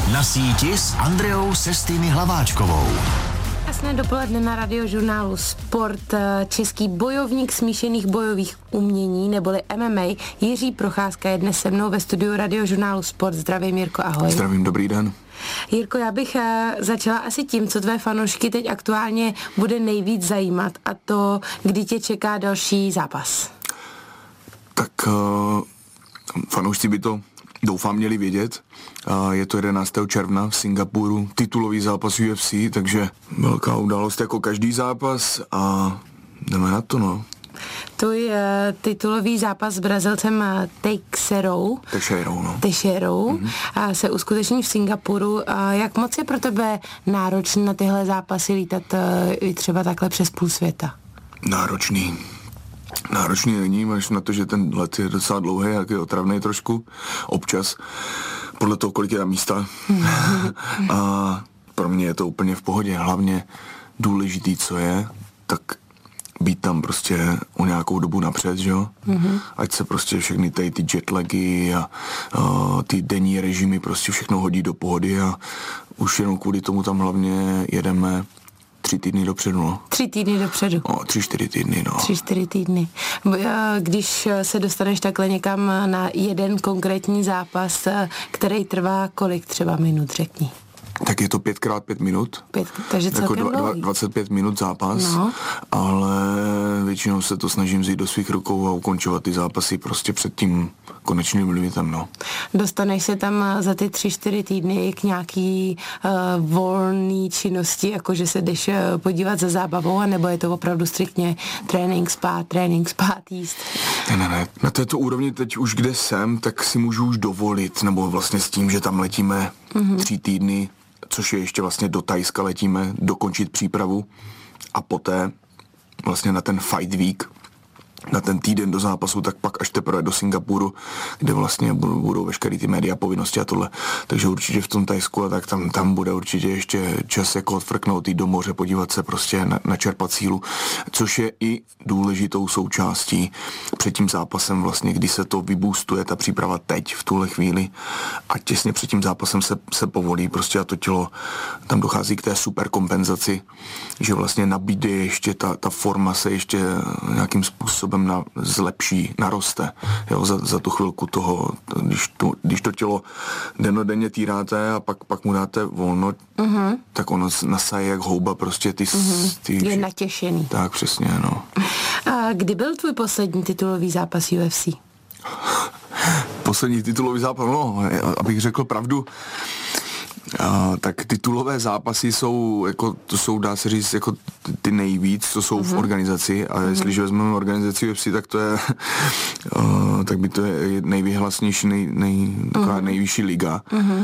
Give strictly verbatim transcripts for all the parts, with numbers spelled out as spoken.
Na síti s Andreou Sestými Hlaváčkovou. Krásné dopoledne na radiožurnálu Sport. Český bojovník smíšených bojových umění, neboli M M A, Jiří Procházka je dnes se mnou ve studiu radiožurnálu Sport. Zdravím, Jirko, ahoj. Zdravím, dobrý den. Jirko, já bych začala asi tím, co tvé fanoušky teď aktuálně bude nejvíc zajímat, a to, kdy tě čeká další zápas. Tak uh, fanoušci by to doufám měli vědět. Uh, je to jedenáctého června v Singapuru, titulový zápas U F C, takže velká událost jako každý zápas a jdeme na to, no. Tvůj uh, titulový zápas s Brazilcem Teixeirou, Teixeirou, no. Teixeirou mm-hmm. se uskuteční v Singapuru. A jak moc je pro tebe náročné na tyhle zápasy lítat uh, třeba takhle přes půl světa? Náročný. Náročný není, máš na to, že ten let je docela dlouhý, jak je otravný trošku, občas, podle toho, kolik je tam místa. A pro mě je to úplně v pohodě. Hlavně důležitý, co je, tak být tam prostě o nějakou dobu napřed, že jo? Mm-hmm. Ať se prostě všechny tady ty jetlagy a, a ty denní režimy prostě všechno hodí do pohody a už jenom kvůli tomu tam hlavně jedeme tři týdny dopředu, no. Tři týdny dopředu. No, tři, čtyři týdny, no. Tři, čtyři týdny. Když se dostaneš takhle někam na jeden konkrétní zápas, který trvá kolik třeba minut, řekni? Tak je to pět krát pět minut. Pět, takže celkem jako dva, dlouhý. dvacet pět minut zápas, no. Ale většinou se to snažím vzít do svých rukou a ukončovat ty zápasy prostě před tím konečným limitem, no. Dostaneš se tam za ty tři, čtyři týdny k nějaký uh, volný činnosti, jako že se jdeš uh, podívat za zábavou, anebo je to opravdu striktně trénink, spát, trénink, spát, jíst? Ne, ne, ne. Na této úrovni teď už kde jsem, tak si můžu už dovolit, nebo vlastně s tím, že tam letíme mm-hmm. tři týdny, což je ještě vlastně do Thajska letíme, dokončit přípravu a poté vlastně na ten fight week, na ten týden do zápasu, tak pak až teprve do Singapuru, kde vlastně budou, budou veškerý ty média povinnosti a tohle. Takže určitě v tom Thajsku a tak tam, tam bude určitě ještě čas jako odfrknout, jít do moře, podívat se prostě na, načerpat sílu, což je i důležitou součástí před tím zápasem vlastně, kdy se to vyboostuje, ta příprava teď, v tuhle chvíli a těsně před tím zápasem se, se povolí prostě a to tělo, tam dochází k té super kompenzaci, že vlastně nabíde ještě ta, ta forma se ještě nějakým způsobem na, zlepší, naroste, jo, za, za tu chvilku toho, když to, když to tělo dennodenně týráte a pak, pak mu dáte volno, uh-huh. tak ono nasaje jak houba prostě ty... Uh-huh. ty je natěšený. Tak, přesně, no. A kdy byl tvůj poslední titulový zápas U F C? Poslední titulový zápas, no, abych řekl pravdu, Uh, tak titulové zápasy jsou, jako, to jsou, dá se říct, jako ty nejvíc, co jsou uh-huh. v organizaci a uh-huh. jestliže vezmeme organizaci U F C, tak to je, uh, tak by to je nejvyhlasnější, nej, nej, taková uh-huh. nejvyšší liga. Uh-huh.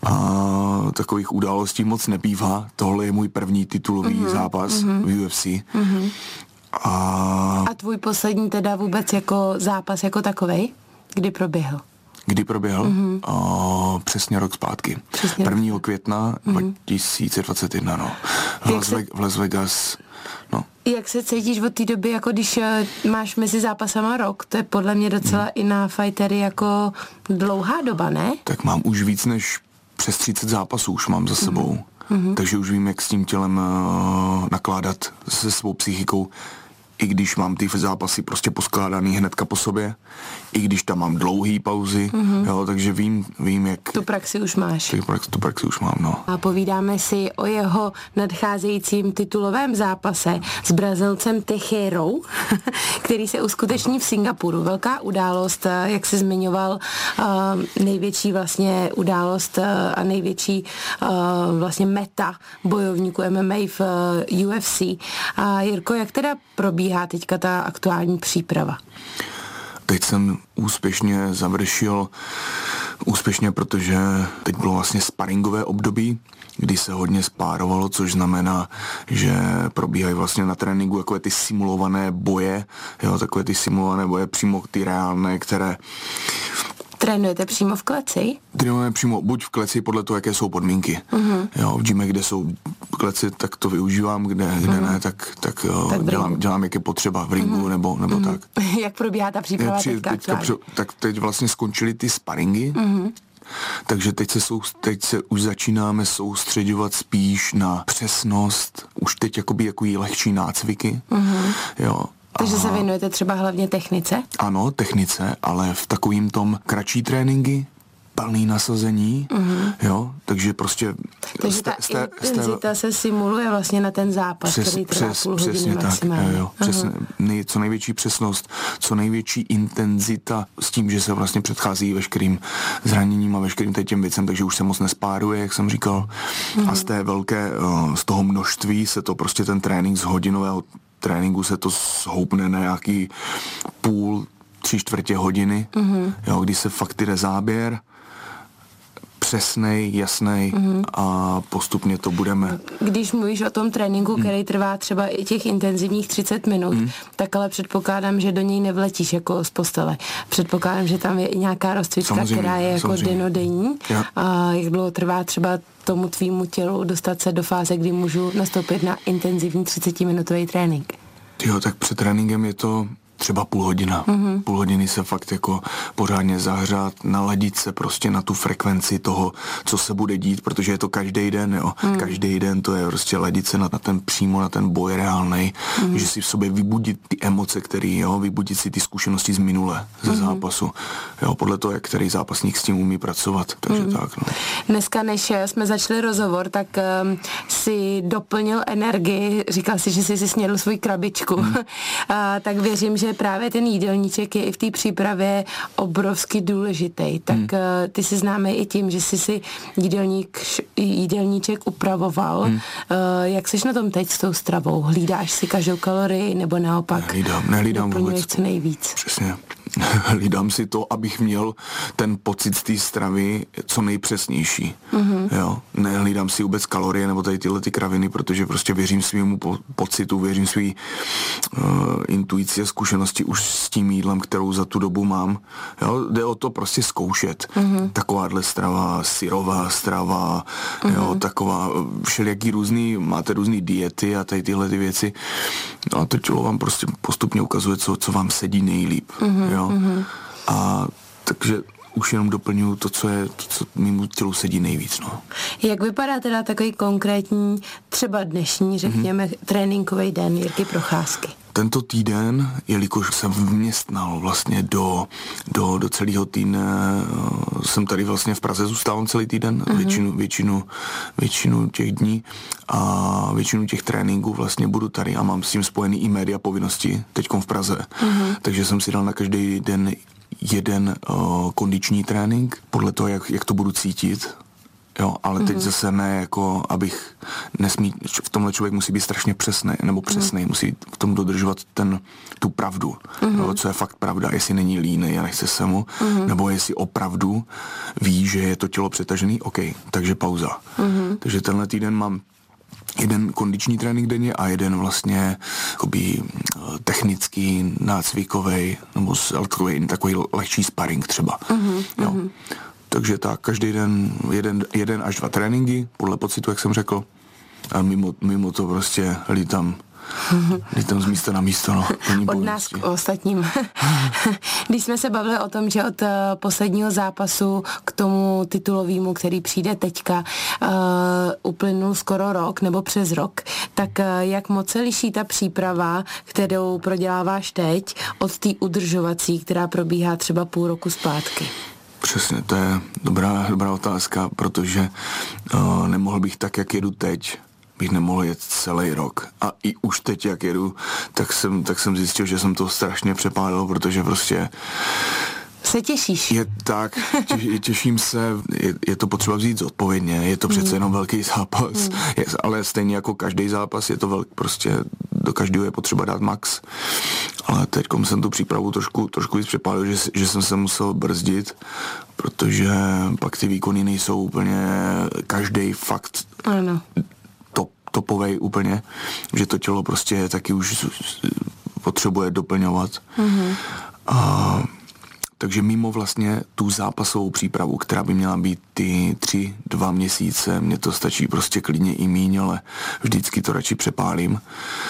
A takových událostí moc nebývá. Tohle je můj první titulový uh-huh. zápas uh-huh. v U F C. Uh-huh. A... a tvůj poslední teda vůbec jako zápas jako takovej? Kdy proběhl? Kdy proběhl? Mm-hmm. O, přesně rok zpátky. Přesně prvního května mm-hmm. dva tisíce dvacet jedna, no. V Las, se... v Las Vegas, no. Jak se cítíš od té doby, jako když máš mezi zápasama rok? To je podle mě docela mm. i na fightery jako dlouhá doba, ne? Tak mám už víc než přes třicet zápasů už mám za sebou. Mm-hmm. Takže už vím, jak s tím tělem uh, nakládat se svou psychikou. I když mám ty zápasy prostě poskládaný hnedka po sobě, i když tam mám dlouhý pauzy, mm-hmm. jo, takže vím, vím, jak... Tu praxi už máš. Tu praxi, tu praxi už mám, no. A povídáme si o jeho nadcházejícím titulovém zápase s Brazilcem Teixeirou, který se uskuteční v Singapuru. Velká událost, jak jsi zmiňoval, největší vlastně událost a největší vlastně meta bojovníků M M A v U F C. A Jirko, jak teda probíhá teďka ta aktuální příprava? Teď jsem úspěšně završil, úspěšně, protože teď bylo vlastně sparingové období, kdy se hodně spárovalo, což znamená, že probíhají vlastně na tréninku takové ty simulované boje, jo, takové ty simulované boje přímo ty reálné, které... Trénujete přímo v kleci? Trénujeme přímo buď v kleci podle toho, jaké jsou podmínky. Uh-huh. Jo, v gyme, kde jsou kleci, tak to využívám, kde, uh-huh. kde ne, tak, tak, tak dělám, dělám, jak je potřeba v ringu uh-huh. nebo, nebo uh-huh. tak. Jak probíhá ta příprava při, teďka? teďka, teďka tak teď vlastně skončily ty sparingy. Uh-huh. takže teď se, soust, teď se už začínáme soustředovat spíš na přesnost, už teď jakoby jakoby lehčí nácviky, mm-hmm. jo. Takže se věnujete třeba hlavně technice? Ano, technice, ale v takovým tom kratší tréninky, plný nasazení, mm-hmm. jo, takže prostě... Takže ta jste, intenzita jste, se simuluje vlastně na ten zápas, přes, který trvá přes, půl hodiny přesně maximálně. Tak, jo, jo, přesně, nej, co největší přesnost, co největší intenzita s tím, že se vlastně předchází veškerým zraněním a veškerým těm věcem, takže už se moc nespáruje, jak jsem říkal, mm-hmm. a z té velké, z toho množství se to prostě ten trénink z hodinového tréninku se to zhoupne na nějaký půl, tři čtvrtě hodiny, mm-hmm. jo, kdy se fakt jde záběr, přesnej, jasnej mm-hmm. a postupně to budeme. Když mluvíš o tom tréninku, mm. který trvá třeba i těch intenzivních třicet minut, mm. tak ale předpokládám, že do něj nevletíš jako z postele. Předpokládám, že tam je i nějaká rozcvička, samozřejmě, která je jako denodenní. Ja. A jak dlouho trvá třeba tomu tvýmu tělu dostat se do fáze, kdy můžu nastoupit na intenzivní třicetiminutový trénink? Jo, tak před tréninkem je to třeba půl hodina. Mm-hmm. Půl hodiny se fakt jako pořádně zahřát, naladit se prostě na tu frekvenci toho, co se bude dít, protože je to každý den, jo. Mm. Každý den to je prostě ladit se na, na ten přímo, na ten boj reálnej, mm. že si v sobě vybudit ty emoce, který, jo, vybudit si ty zkušenosti z minule, ze mm. zápasu. Jo, podle toho, jak který zápasník s tím umí pracovat. Takže mm. tak, no. Dneska, než jsme začali rozhovor, tak um, si doplnil energii, říkal si, že jsi si snědl svůj krabičku. Mm. A, tak věřím, že právě ten jídelníček je i v té přípravě obrovsky důležitý. Tak hmm. ty si známý i tím, že jsi si jídelník, jídelníček upravoval. Hmm. Jak jsi na tom teď s tou stravou? Hlídáš si každou kalorii nebo naopak? Nehlídám, nehlídám vůbec. Co nejvíc? Přesně. Hlídám si to, abych měl ten pocit z té stravy co nejpřesnější. Mm-hmm. Jo. Nehlídám si vůbec kalorie nebo tady tyhle ty kraviny, protože prostě věřím svému po- pocitu, věřím svý uh, intuici a zkušenosti už s tím jídlem, kterou za tu dobu mám. Jo. Jde o to prostě zkoušet. Mm-hmm. Takováhle strava, syrová strava, mm-hmm. jo, taková všelijaký různý, máte různý diety a tady tyhle ty věci. No a to tělo vám prostě postupně ukazuje, co, co vám sedí nejlíp. Mm-hmm. Jo. Mm-hmm. A takže už jenom doplňuju to, co je, to, co mému tělu sedí nejvíc. No. Jak vypadá teda takový konkrétní, třeba dnešní, řekněme, mm-hmm. tréninkový den Jirky Procházky? Tento týden, jelikož jsem vměstnal vlastně do, do, do celého týdne, jsem tady vlastně v Praze zůstávám celý týden, mm-hmm. většinu, většinu, většinu těch dní a většinu těch tréninků vlastně budu tady a mám s tím spojený i média povinnosti teďkom v Praze. Mm-hmm. Takže jsem si dal na každý den jeden uh, kondiční trénink, podle toho, jak, jak to budu cítit. Jo, ale teď mm-hmm. zase ne, jako abych nesmí, v tomhle člověk musí být strašně přesný, nebo přesný, mm-hmm. musí v tom dodržovat ten, tu pravdu, mm-hmm. jo, co je fakt pravda, jestli není línej a nechce se mu, mm-hmm. nebo jestli opravdu ví, že je to tělo přetažený, OK, takže pauza. Mm-hmm. Takže tenhle týden mám jeden kondiční trénink denně a jeden vlastně jakoby technický, nácvikovej, nebo takový, takový lehčí sparring třeba. Mm-hmm. Jo. Takže tak, každý den jeden, jeden až dva tréninky, podle pocitu, jak jsem řekl. A mimo, mimo to prostě lítám, lítám z místa na místo. No. Od nás k ostatním. Když jsme se bavili o tom, že od uh, posledního zápasu k tomu titulovému, který přijde teďka, uh, uplynul skoro rok nebo přes rok, tak uh, jak moc se liší ta příprava, kterou proděláváš teď, od té udržovací, která probíhá třeba půl roku zpátky? Přesně, to je dobrá, dobrá otázka, protože uh, nemohl bych tak, jak jedu teď, bych nemohl jet celý rok. A i už teď, jak jedu, tak jsem, tak jsem zjistil, že jsem to strašně přepálil, protože prostě se těšíš. Je tak, těš, těším se, je, je to potřeba vzít zodpovědně, je to přece jenom velký zápas, mm. je, ale stejně jako každý zápas, je to velký, prostě do každého je potřeba dát max. Ale teďkom jsem tu přípravu trošku, trošku víc přepálil, že, že jsem se musel brzdit, protože pak ty výkony nejsou úplně každý fakt ano. top, topovej úplně, že to tělo prostě taky už potřebuje doplňovat. Mm-hmm. A takže mimo vlastně tu zápasovou přípravu, která by měla být ty tři, dva měsíce, mně to stačí prostě klidně i míň, ale vždycky to radši přepálím.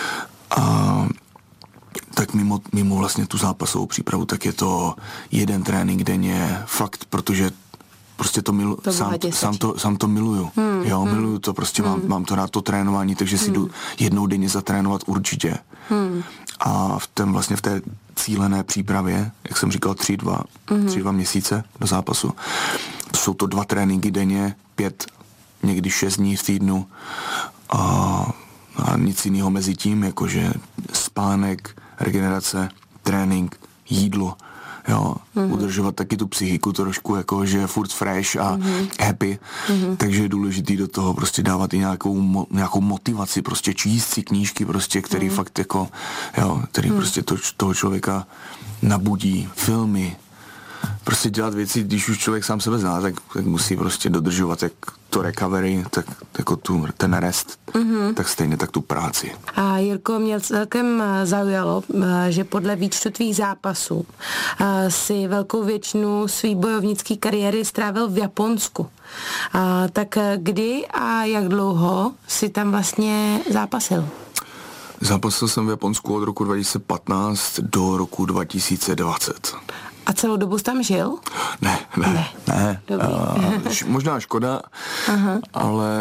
A tak mimo, mimo vlastně tu zápasovou přípravu, tak je to jeden trénink denně, fakt, protože prostě to miluju, to sám, sám, to, sám to miluju, hmm, jo, hmm. miluju to, prostě hmm. mám, mám to rád to trénování, takže si hmm. jdu jednou denně zatrénovat určitě. Hmm. A v tom vlastně v té cílené přípravě, jak jsem říkal, tři, dva, hmm. tři, dva měsíce do zápasu, jsou to dva tréninky denně, pět, někdy šest dní v týdnu a, a nic jiného mezi tím, jakože spánek, regenerace, trénink, jídlo, jo, mm-hmm. udržovat taky tu psychiku trošku, jako, že je furt fresh a mm-hmm. happy, mm-hmm. takže je důležitý do toho prostě dávat i nějakou, mo, nějakou motivaci, prostě číst si knížky, prostě, který mm-hmm. fakt jako, jo, který mm-hmm. prostě to, toho člověka nabudí, filmy, prostě dělat věci, když už člověk sám sebe zná, tak, tak musí prostě dodržovat jak to recovery, tak jako tu, ten rest, mm-hmm. tak stejně tak tu práci. A Jirko, mě celkem zaujalo, že podle výčtu tvých zápasů si velkou většinu svý bojovnické kariéry strávil v Japonsku. A tak kdy a jak dlouho si tam vlastně zápasil? Zápasil jsem v Japonsku od roku dva tisíce patnáct do roku dva tisíce dvacet. A celou dobu jsi tam žil? Ne, ne, ne. ne. Uh, š- možná škoda, uh-huh. ale,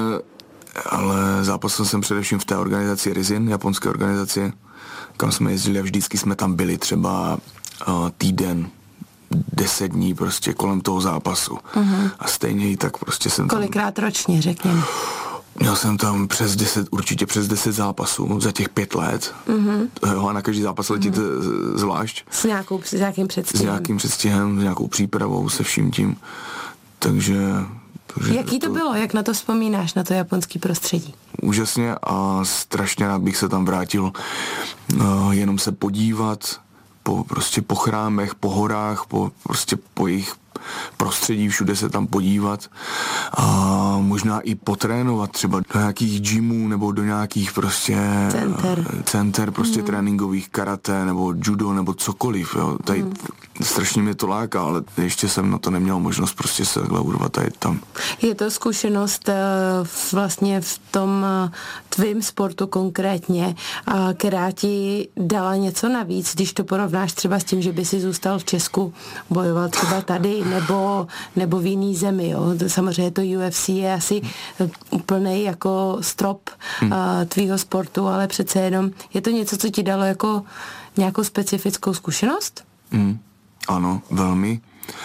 ale zápasil jsem především v té organizaci Rizin, japonské organizaci, kam jsme jezdili a vždycky jsme tam byli třeba uh, týden, deset dní prostě kolem toho zápasu. Uh-huh. A stejně i tak prostě jsem tam... Kolikrát ročně, řekněme? Měl jsem tam přes deset, určitě přes deset zápasů za těch pět let. Mm-hmm. Jo, a na každý zápas letíte mm-hmm. zvlášť. S, nějakou, s nějakým předstihem. S nějakým předstihem, s nějakou přípravou, se vším tím. Takže... takže Jaký to, to bylo? Jak na to vzpomínáš, na to japonský prostředí? Úžasně a strašně rád bych se tam vrátil. Uh, jenom se podívat po, prostě po chrámech, po horách, po, prostě po jejich prostředí, všude se tam podívat a možná i potrénovat třeba do nějakých gymů nebo do nějakých prostě center, center prostě mm. tréninkových, karate nebo judo nebo cokoliv, jo. Tady mm. strašně mě to láká, ale ještě jsem na to neměl možnost prostě se takhle urvat a jít tam. Je to zkušenost vlastně v tom tvým sportu konkrétně, která ti dala něco navíc, když to porovnáš třeba s tím, že by si zůstal v Česku, bojoval třeba tady nebo, nebo v jiný zemi, jo. Samozřejmě to U F C je asi úplnej jako strop hmm. tvýho sportu, ale přece jenom je to něco, co ti dalo jako nějakou specifickou zkušenost? Hmm. Ano, velmi.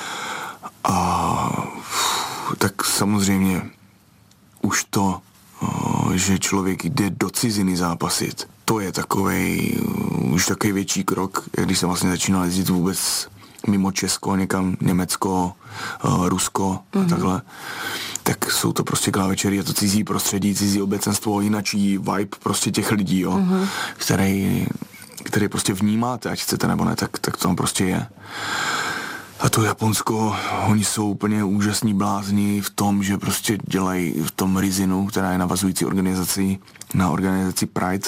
A tak samozřejmě už to, že člověk jde do ciziny zápasit, to je takovej, už takový větší krok, jak když jsem vlastně začínal jezdit vůbec mimo Česko, někam Německo, Rusko a mm-hmm. takhle, tak jsou to prostě klávečery, je to cizí prostředí, cizí obecenstvo, jinačí vibe prostě těch lidí, jo, mm-hmm. který, který prostě vnímáte, ať chcete nebo ne, tak, tak to tam prostě je. A to Japonsko, oni jsou úplně úžasní blázni v tom, že prostě dělají v tom Rizinu, která je navazující organizací na organizaci Pride,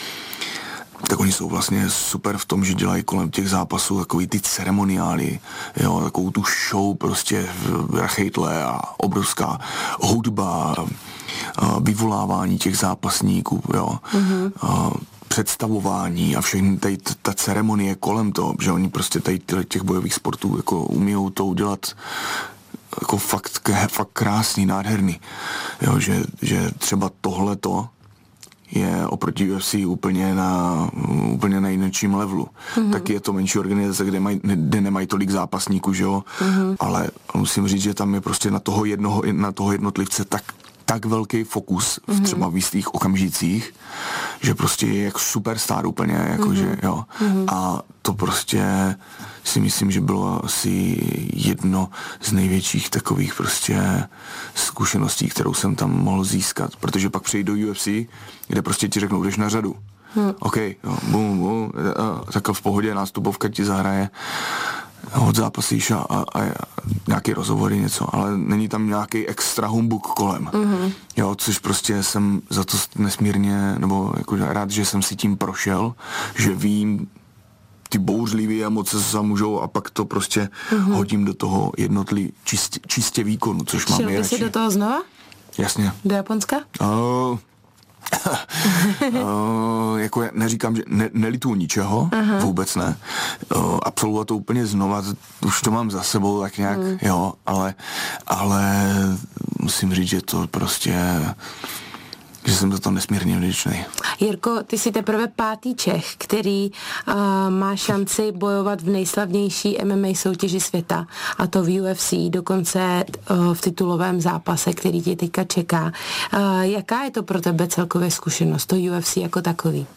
tak oni jsou vlastně super v tom, že dělají kolem těch zápasů takový ty ceremoniály, jo, takovou tu show prostě v rachejtle a obrovská hudba, a vyvolávání těch zápasníků, jo, mm-hmm. a představování a všechny tady ta ceremonie kolem toho, že oni prostě tady těch bojových sportů jako umíjou to udělat jako fakt, fakt krásný, nádherný, jo, že, že třeba tohleto je oproti U F C úplně na, úplně na jinečím levelu. Mm-hmm. Taky je to menší organizace, kde, maj, kde nemají tolik zápasníků, že jo, mm-hmm. ale musím říct, že tam je prostě na toho jednoho, na toho jednotlivce tak tak velký fokus v třeba v jistých okamžicích, že prostě je jak superstar úplně, jakože, mm-hmm. jo. Mm-hmm. A to prostě si myslím, že bylo asi jedno z největších takových prostě zkušeností, kterou jsem tam mohl získat, protože pak přejít do U F C, kde prostě ti řeknou, jdeš na řadu. Hmm. OK, jo, bum, bum, takhle v pohodě, nástupovka ti zahraje, odzápasíš a, a, a nějaký rozhovory, něco, ale není tam nějaký extra humbuk kolem. Mm-hmm. Jo, což prostě jsem za to nesmírně, nebo jako rád, že jsem si tím prošel, že vím ty bouřlivé emoce, co se můžou a pak to prostě mm-hmm. hodím do toho jednotlivý čistě, čistě výkonu, což mám nejradši. Šel by si do toho znova? Jasně. Do Japonska? Uh, uh, jako neříkám, že ne, nelituju ničeho, aha, vůbec ne. Uh, absolvovat to úplně znova, už to mám za sebou tak nějak, mm. jo, ale, ale musím říct, že to prostě, že jsem za to nesmírně vděčný. Jirko, ty jsi teprve pátý Čech, který uh, má šanci bojovat v nejslavnější M M A soutěži světa, a to v U F C, dokonce uh, v titulovém zápase, který tě teďka čeká. Uh, jaká je to pro tebe celkově zkušenost, to U F C jako takový?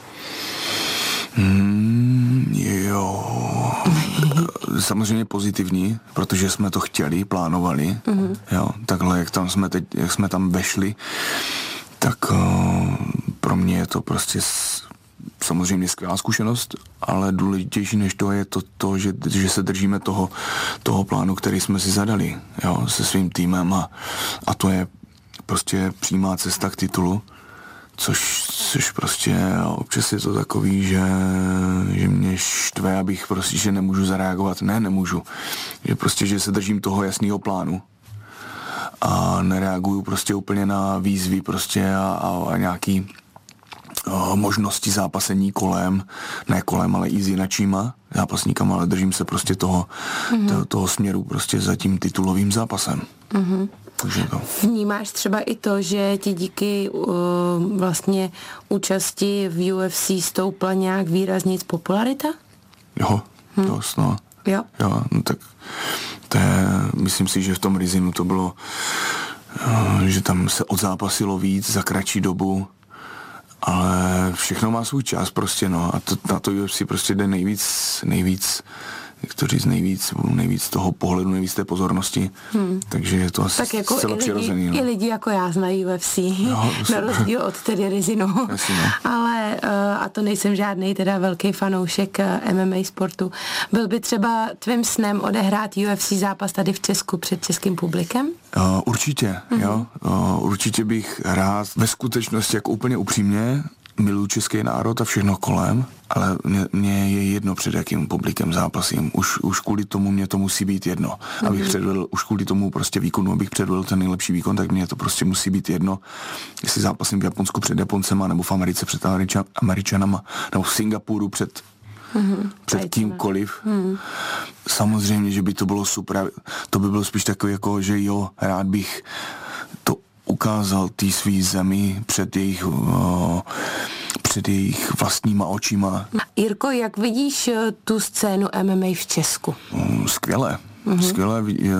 Mm, jo, samozřejmě pozitivní, protože jsme to chtěli, plánovali, mm-hmm. jo, takhle, jak tam jsme teď, jak jsme tam vešli, tak uh, pro mě je to prostě s, samozřejmě skvělá zkušenost, ale důležitější než to je to, to že, že se držíme toho, toho plánu, který jsme si zadali, jo, se svým týmem a, a to je prostě přímá cesta k titulu, což, což prostě občas je to takový, že, že mě štve, abych prostě, že nemůžu zareagovat, ne, nemůžu, že prostě, že se držím toho jasného plánu a nereaguju prostě úplně na výzvy prostě a, a, a nějaký o, možnosti zápasení kolem, ne kolem, ale i s jinačíma zápasníkama, ale držím se prostě toho, mm-hmm. toho, toho směru prostě za tím titulovým zápasem. Mm-hmm. Takže to. Vnímáš třeba i to, že ti díky uh, vlastně účasti v U F C stoupla nějak výraznějc popularita? Jo, hm. to no. Jo? Jo, no tak to je, myslím si, že v tom Rizinu to bylo, že tam se odzápasilo víc za kratší dobu, ale všechno má svůj čas prostě, no, a to, na to U F C prostě jde nejvíc, nejvíc, jak to říct, nejvíc, nejvíc toho pohledu, nejvíc té pozornosti, hmm. takže je to asi tak jako zcela přirozený. No. I lidi jako já znají U F C, jo, na rozdíl od tedy Rizinu, Asi, no. ale a to nejsem žádnej teda velký fanoušek M M A sportu. Byl by třeba tvým snem odehrát U F C zápas tady v Česku před českým publikem? Uh, určitě, mm-hmm. jo. Uh, určitě bych rád, ve skutečnosti jako úplně upřímně, miluji český národ a všechno kolem, ale mě, mě je jedno, před jakým publikem zápasím. Už, už kvůli tomu mě to musí být jedno. Mm-hmm. Abych předvedl, už kvůli tomu prostě výkonu, abych předvedl ten nejlepší výkon, tak mě to prostě musí být jedno. Jestli zápasím v Japonsku před Japoncema, nebo v Americe před Američan, Američanama, nebo v Singapuru před Mm-hmm. před kýmkoliv. Mm. Samozřejmě, že by to bylo super. To by bylo spíš takový jako, že jo, rád bych to ukázal té svý zemi před jejich uh, před jejich vlastníma očima. Jirko, jak vidíš tu scénu M M A v Česku? Um, skvěle. Mm-hmm. Skvěle. Je,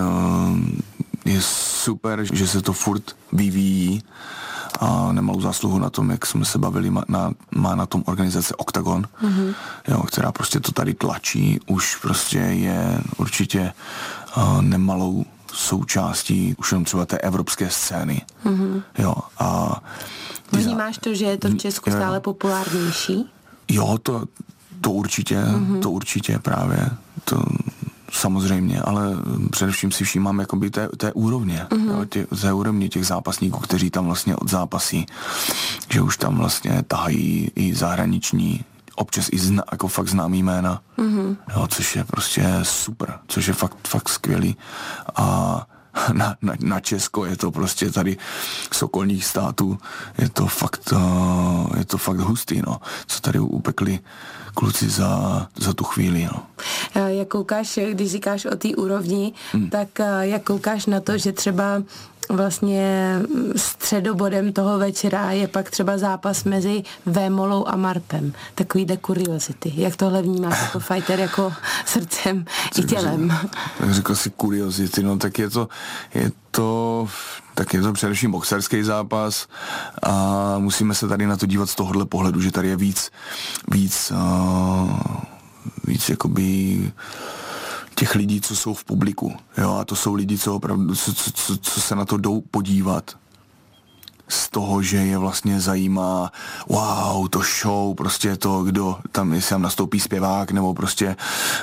je super, že se to furt vyvíjí a nemalou zásluhu na tom, jak jsme se bavili, má na, má na tom organizace Octagon, mm-hmm. jo, která prostě to tady tlačí, už prostě je určitě uh, nemalou součástí už jenom třeba té evropské scény. Mm-hmm. Jo, a vnímáš to, že je to v Česku stále populárnější? Jo, to, to určitě, mm-hmm. to určitě právě, to samozřejmě, ale především si všímám jakoby té, té úrovně, mm-hmm. jo, tě, té úrovně těch zápasníků, kteří tam vlastně od zápasí, že už tam vlastně tahají i zahraniční, občas i zna, jako fakt známý jména, mm-hmm. jo, což je prostě super, což je fakt, fakt skvělý a na, na, na Česko je to prostě tady z okolních států, je to fakt, uh, je to fakt hustý, no, co tady upekli kluci za, za tu chvíli, no. Jak koukáš, když říkáš o té úrovni, hmm. tak jak koukáš na to, že třeba vlastně středobodem toho večera je pak třeba zápas mezi Vémolou a Marpem. Takovýhle kuriozity. Jak tohle vnímáš jako fighter, jako srdcem i tělem? Tak řekl si kuriozity, no tak je to, je to, tak je to především boxerský zápas a musíme se tady na to dívat z tohohle pohledu, že tady je víc, víc, uh, víc jakoby těch lidí, co jsou v publiku, jo, a to jsou lidi, co opravdu, co, co, co, co se na to jdou podívat z toho, že je vlastně zajímá, wow, to show, prostě to, kdo tam, jestli tam nastoupí zpěvák, nebo prostě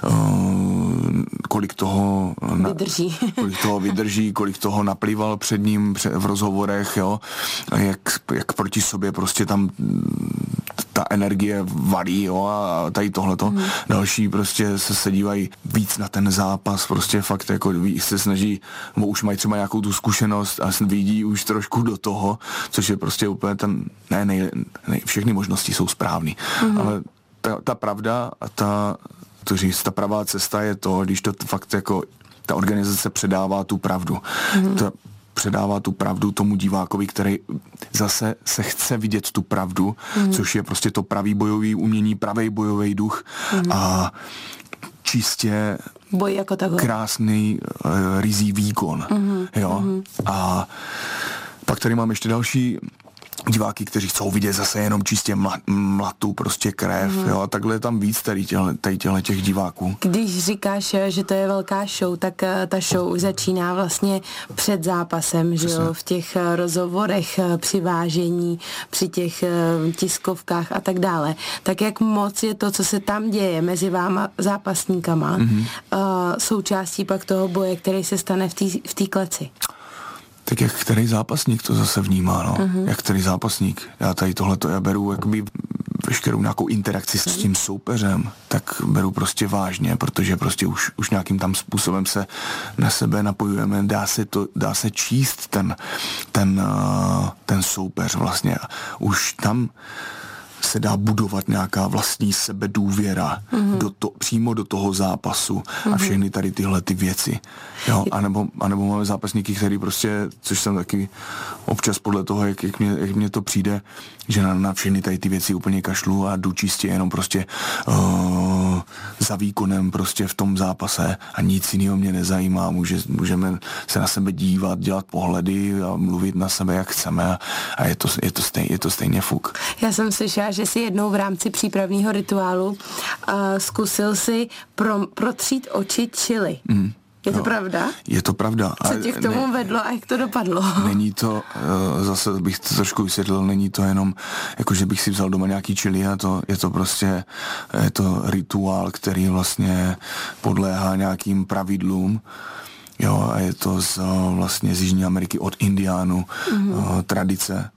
uh, kolik toho na, vydrží. kolik toho vydrží, kolik toho naplival před ním před, v rozhovorech, jo, jak, jak proti sobě prostě tam ta energie valí, jo, a tady tohleto. Mm. Další prostě se, se dívají víc na ten zápas, prostě fakt jako víc se snaží, nebo už mají třeba nějakou tu zkušenost a vidí už trošku do toho, což je prostě úplně ten, ne, ne, ne všechny možnosti jsou správný, mm. ale ta, ta pravda a ta, to říct, ta pravá cesta je to, když to fakt jako ta organizace předává tu pravdu. Mm. Ta předává tu pravdu tomu divákovi, který zase se chce vidět tu pravdu, mm. což je prostě to pravý bojový umění, pravej bojový duch mm. a čistě boj jako takový krásný uh, rizí výkon. Mm. Jo? Mm. A pak tady mám ještě další diváky, kteří chcou vidět zase jenom čistě mla, mlatu, prostě krev, mm. jo, a takhle je tam víc tady těhle, tady těhle těch diváků. Když říkáš, že to je velká show, tak ta show už začíná vlastně před zápasem, že jo, v těch rozhovorech, při vážení, při těch tiskovkách a tak dále. Tak jak moc je to, co se tam děje mezi váma zápasníkama, mm. součástí pak toho boje, který se stane v té v té kleci? Tak jak který zápasník to zase vnímá, no. Uh-huh. Jak který zápasník. Já tady tohleto, já beru jakoby veškerou nějakou interakci s tím soupeřem, tak beru prostě vážně, protože prostě už, už nějakým tam způsobem se na sebe napojujeme, dá se to, dá se číst ten, ten, ten soupeř vlastně. Už tam se dá budovat nějaká vlastní sebedůvěra mm-hmm. do to, přímo do toho zápasu mm-hmm. a všechny tady tyhle ty věci. Jo? A nebo, a nebo máme zápasníky, který prostě, což jsem taky občas podle toho, jak, jak, mě, jak mě to přijde, že na, na všechny tady ty věci úplně kašlu a jdu čistě jenom prostě uh, za výkonem prostě v tom zápase a nic jiného mě nezajímá. Může, můžeme se na sebe dívat, dělat pohledy a mluvit na sebe, jak chceme a, a je, to, je, to stej, je to stejně fuk. Já jsem slyšela, že si jednou v rámci přípravného rituálu uh, zkusil si pro, protřít oči chili. Mm. Je to jo, pravda? Je to pravda. Co tě k tomu ne, vedlo a jak to dopadlo? Není to, uh, zase bych to trošku vysvětlil, není to jenom, jako že bych si vzal doma nějaký chili, a to, je to prostě, je to rituál, který vlastně podléhá nějakým pravidlům. Jo, a je to z, vlastně z Jižní Ameriky od Indiánů, mm-hmm. uh, tradice.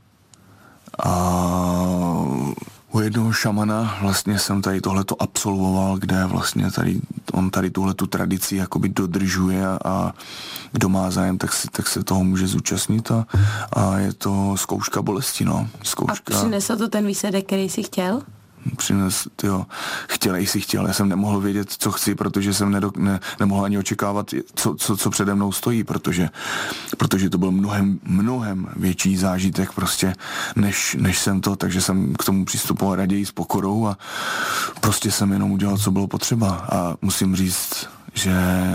A u jednoho šamana vlastně jsem tady tohleto absolvoval, kde vlastně tady, on tady tuhletu tradici jakoby dodržuje a kdo má zájem, tak, si, tak se toho může zúčastnit a, a je to zkouška bolesti, no. Zkouška. A přinesl to ten výsledek, který jsi chtěl? Přines, tyjo, chtěl, jsi chtěl, já jsem nemohl vědět, co chci, protože jsem nedok, ne, nemohl ani očekávat, co, co, co přede mnou stojí, protože, protože to byl mnohem, mnohem větší zážitek prostě, než, než jsem to, takže jsem k tomu přistupoval raději s pokorou a prostě jsem jenom udělal, co bylo potřeba a musím říct, že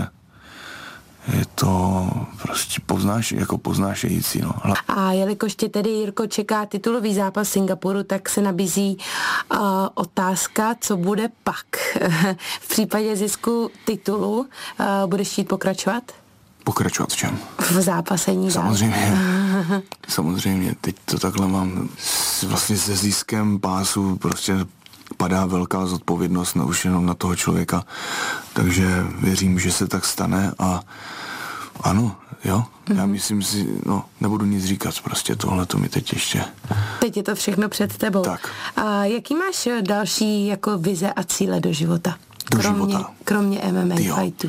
je to prostě poznáš, jako poznášející. No. A jelikož tě tedy, Jirko, čeká titulový zápas Singapuru, tak se nabízí uh, otázka, co bude pak. V případě zisku titulu uh, budeš chtít pokračovat? Pokračovat v čem? V zápasení. Samozřejmě. Samozřejmě. Teď to takhle mám vlastně se ziskem pásu prostě padá velká zodpovědnost na už jenom na toho člověka, takže věřím, že se tak stane a ano, jo, mm-hmm. já myslím si, no, nebudu nic říkat, prostě tohle to mi teď ještě. Teď je to všechno před tebou. Tak. A jaký máš další jako vize a cíle do života? Do kromě, života. Kromě M M A fightu.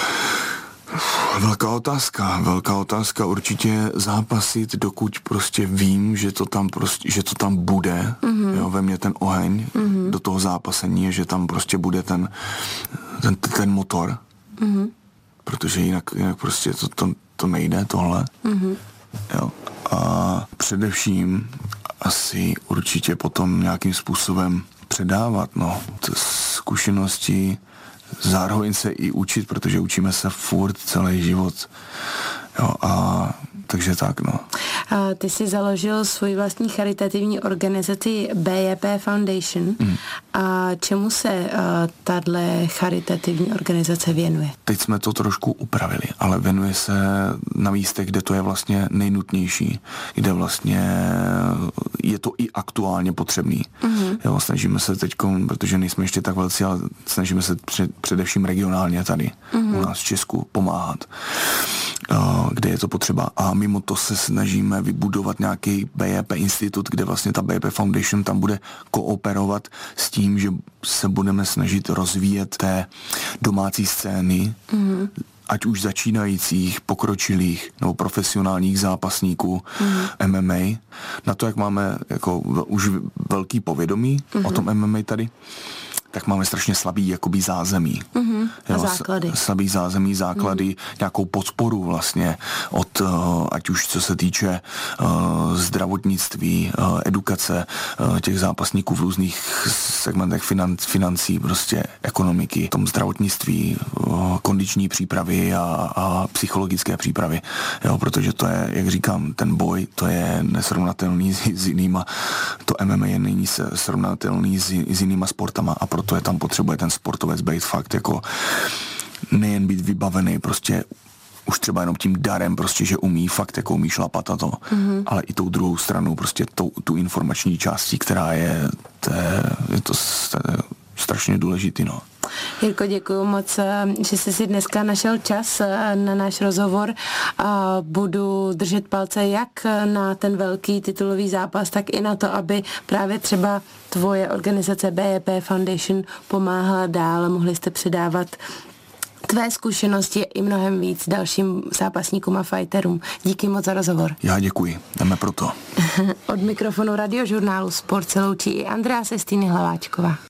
Velká otázka, velká otázka, určitě zápasit, dokud prostě vím, že to tam prostě, že to tam bude, mm-hmm. jo, ve mně ten oheň mm-hmm. do toho zápasení, že tam prostě bude ten, ten, ten motor, mm-hmm. protože jinak, jinak prostě to, to, to nejde tohle, mm-hmm. jo, a především asi určitě potom nějakým způsobem předávat, no, zkušenosti, zároveň se i učit, protože učíme se furt celý život. Jo, a takže tak, no. A ty jsi založil svůj vlastní charitativní organizaci B J P Foundation. Mm. A čemu se tato charitativní organizace věnuje? Teď jsme to trošku upravili, ale věnuje se na místech, kde to je vlastně nejnutnější, kde vlastně je to i aktuálně potřebný. Mm. Jo, snažíme se teď, protože nejsme ještě tak velcí, ale snažíme se před, především regionálně tady mm. u nás v Česku pomáhat, kde je to potřeba. A mimo to se snažíme chceme vybudovat nějaký B J P institut, kde vlastně ta B J P Foundation tam bude kooperovat s tím, že se budeme snažit rozvíjet té domácí scény, mm. ať už začínajících, pokročilých nebo profesionálních zápasníků mm. M M A. Na to, jak máme jako už velký povědomí mm. o tom M M A tady, tak máme strašně slabý jakoby zázemí. Mm-hmm. A jo, základy. Slabý zázemí, základy, mm. nějakou podporu vlastně od, ať už co se týče uh, zdravotnictví, uh, edukace uh, těch zápasníků v různých segmentech financ, financí, prostě ekonomiky, v tom zdravotnictví, uh, kondiční přípravy a, a psychologické přípravy. Jo, protože to je, jak říkám, ten boj, to je nesrovnatelný s, s jinýma, to M M A není srovnatelný s, s jinýma sportama a proto je tam potřebuje ten sportovec být fakt jako nejen být vybavený prostě už třeba jenom tím darem prostě, že umí fakt jako umí šlapat a to, mm-hmm. ale i tou druhou stranou prostě tou, tu informační částí, která je, to je, je to, to je strašně důležitý, no. Jirko, děkuji moc, že jsi si dneska našel čas na náš rozhovor. Budu držet palce jak na ten velký titulový zápas, tak i na to, aby právě třeba tvoje organizace B J P Foundation pomáhala dál. Mohli jste předávat tvé zkušenosti i mnohem víc dalším zápasníkům a fighterům. Díky moc za rozhovor. Já děkuji, jdeme pro to. Od mikrofonu radiožurnálu Sport se loučí i Andrea Sestýny Hlaváčková.